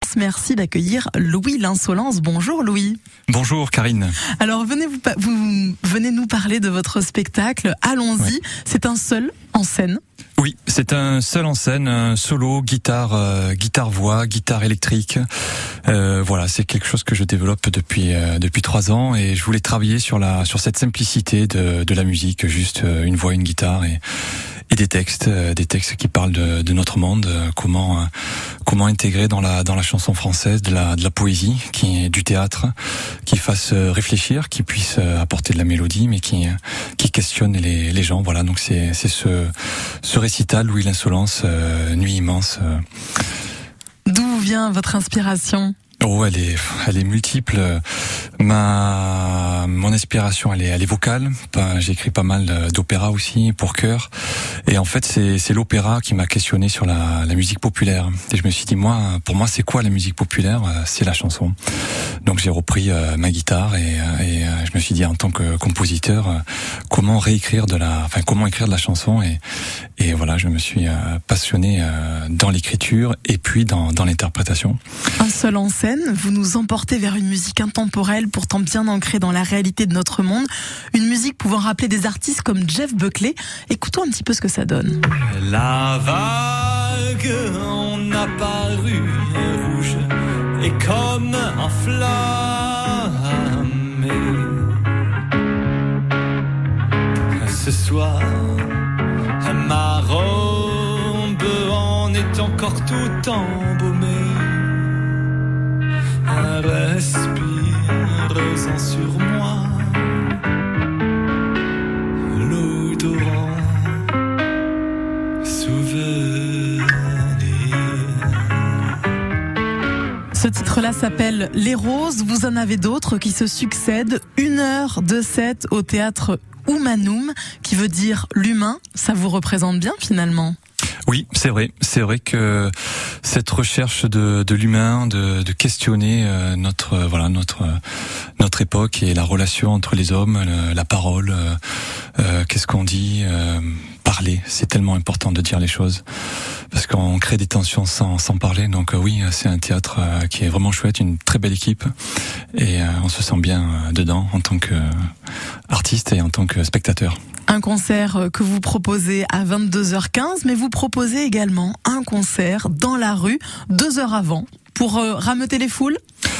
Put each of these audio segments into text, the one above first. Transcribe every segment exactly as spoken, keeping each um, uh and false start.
immense. Merci d'accueillir Louis L'Insolence. Bonjour Louis. Bonjour Karine. Alors venez vous, vous venez nous parler de votre spectacle. Allons-y. Ouais. C'est un seul en scène. Oui, c'est un seul en scène, un solo, guitare, euh, guitare-voix, guitare électrique. Euh, voilà, c'est quelque chose que je développe depuis euh, depuis trois ans et je voulais travailler sur la sur cette simplicité de de la musique, juste euh, une voix, une guitare et et des textes, euh, des textes qui parlent de, de notre monde, euh, comment euh, comment intégrer dans la dans la chanson française de la de la poésie, qui est du théâtre, qui fasse euh, réfléchir, qui puisse euh, apporter de la mélodie, mais qui qui questionne les les gens. Voilà, donc c'est c'est ce ce récital Louis L'Insolence, euh, Nuit immense. Euh. D'où vient votre inspiration ? Oh, elle est, elle est multiple. Ma, mon inspiration, elle est, elle est vocale. J'écris pas mal d'opéra aussi pour chœur. Et en fait, c'est, c'est l'opéra qui m'a questionné sur la, la musique populaire. Et je me suis dit, moi, pour moi, c'est quoi la musique populaire ? C'est la chanson. Donc j'ai repris euh, ma guitare et, et euh, je me suis dit, en tant que compositeur, euh, comment réécrire de la, enfin, comment écrire de la chanson et, et voilà, je me suis euh, passionné euh, dans l'écriture et puis dans, dans l'interprétation. Un seul en scène. Vous nous emportez vers une musique intemporelle, pourtant bien ancrée dans la réalité de notre monde. Une musique pouvant rappeler des artistes comme Jeff Buckley. Écoutons un petit peu ce que ça donne. La vague en apparut rouge et comme enflammée. Ce soir, ma robe en est encore tout embaumée. Respire-en sur moi l'odorant souvenir. Ce titre-là s'appelle Les Roses. Vous en avez d'autres qui se succèdent. Une heure de set au théâtre Humanum, qui veut dire l'humain. Ça vous représente bien finalement ? Oui, c'est vrai. C'est vrai que cette recherche de, de l'humain, de, de questionner euh, notre euh, voilà notre euh, notre époque et la relation entre les hommes, le, la parole, euh, euh, qu'est-ce qu'on dit, euh, parler, c'est tellement important de dire les choses parce qu'on crée des tensions sans sans parler. Donc euh, oui, c'est un théâtre euh, qui est vraiment chouette, une très belle équipe et euh, on se sent bien euh, dedans en tant que euh, artiste et en tant que spectateur. Un concert que vous proposez à vingt-deux heures quinze, mais vous proposez également un concert dans la rue deux heures avant pour euh, rameuter les foules.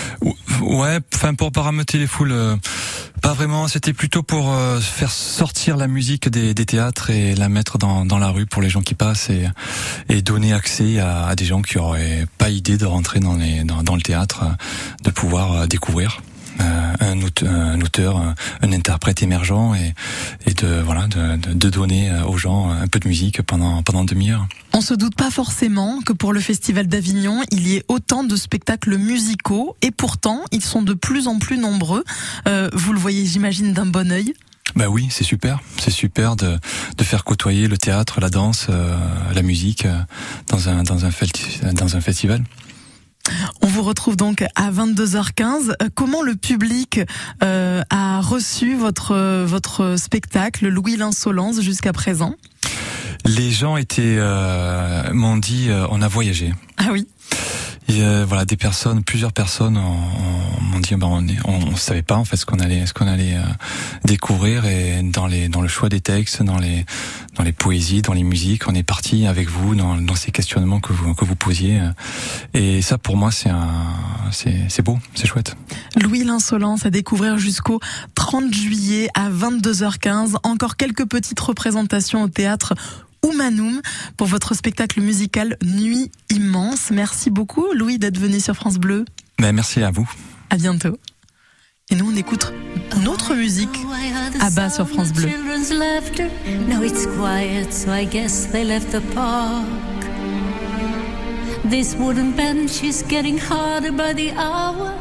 Ouais, enfin pour pas rameuter les foules, euh, pas vraiment. C'était plutôt pour euh, faire sortir la musique des, des théâtres et la mettre dans, dans la rue pour les gens qui passent et, et donner accès à, à des gens qui auraient pas idée de rentrer dans, les, dans, dans le théâtre, de pouvoir euh, découvrir. Euh, un, auteur, un auteur, un, un interprète émergent et, et de voilà de, de, de donner aux gens un peu de musique pendant pendant une demi-heure. On se doute pas forcément que pour le Festival d'Avignon, il y ait autant de spectacles musicaux et pourtant ils sont de plus en plus nombreux. Euh, vous le voyez, j'imagine, d'un bon œil. Bah oui, c'est super, c'est super de de faire côtoyer le théâtre, la danse, euh, la musique euh, dans un dans un festi- dans un festival. On vous retrouve donc à vingt-deux heures quinze. Comment le public euh, a reçu votre votre spectacle Louis L'Insolence jusqu'à présent ? Les gens étaient euh, m'ont dit euh, on a voyagé. Ah oui. Et euh, voilà, des personnes, plusieurs personnes ont, ont, m'ont dit, ben on, est, on, on savait pas en fait ce qu'on allait, ce qu'on allait euh, découvrir et dans les, dans le choix des textes, dans les, dans les poésies, dans les musiques, on est parti avec vous dans, dans ces questionnements que vous, que vous posiez. Et ça, pour moi, c'est un, c'est, c'est beau, c'est chouette. Louis L'Insolence à découvrir jusqu'au trente juillet à vingt-deux heures quinze. Encore quelques petites représentations au théâtre Humanum pour votre spectacle musical Nuit immense. Merci beaucoup Louis d'être venu sur France Bleu. Ben, merci à vous. À bientôt. Et nous on écoute une autre musique à bas sur France Bleu. No, it's quiet, so I guess they left the park. This wooden bench is getting harder by the hour.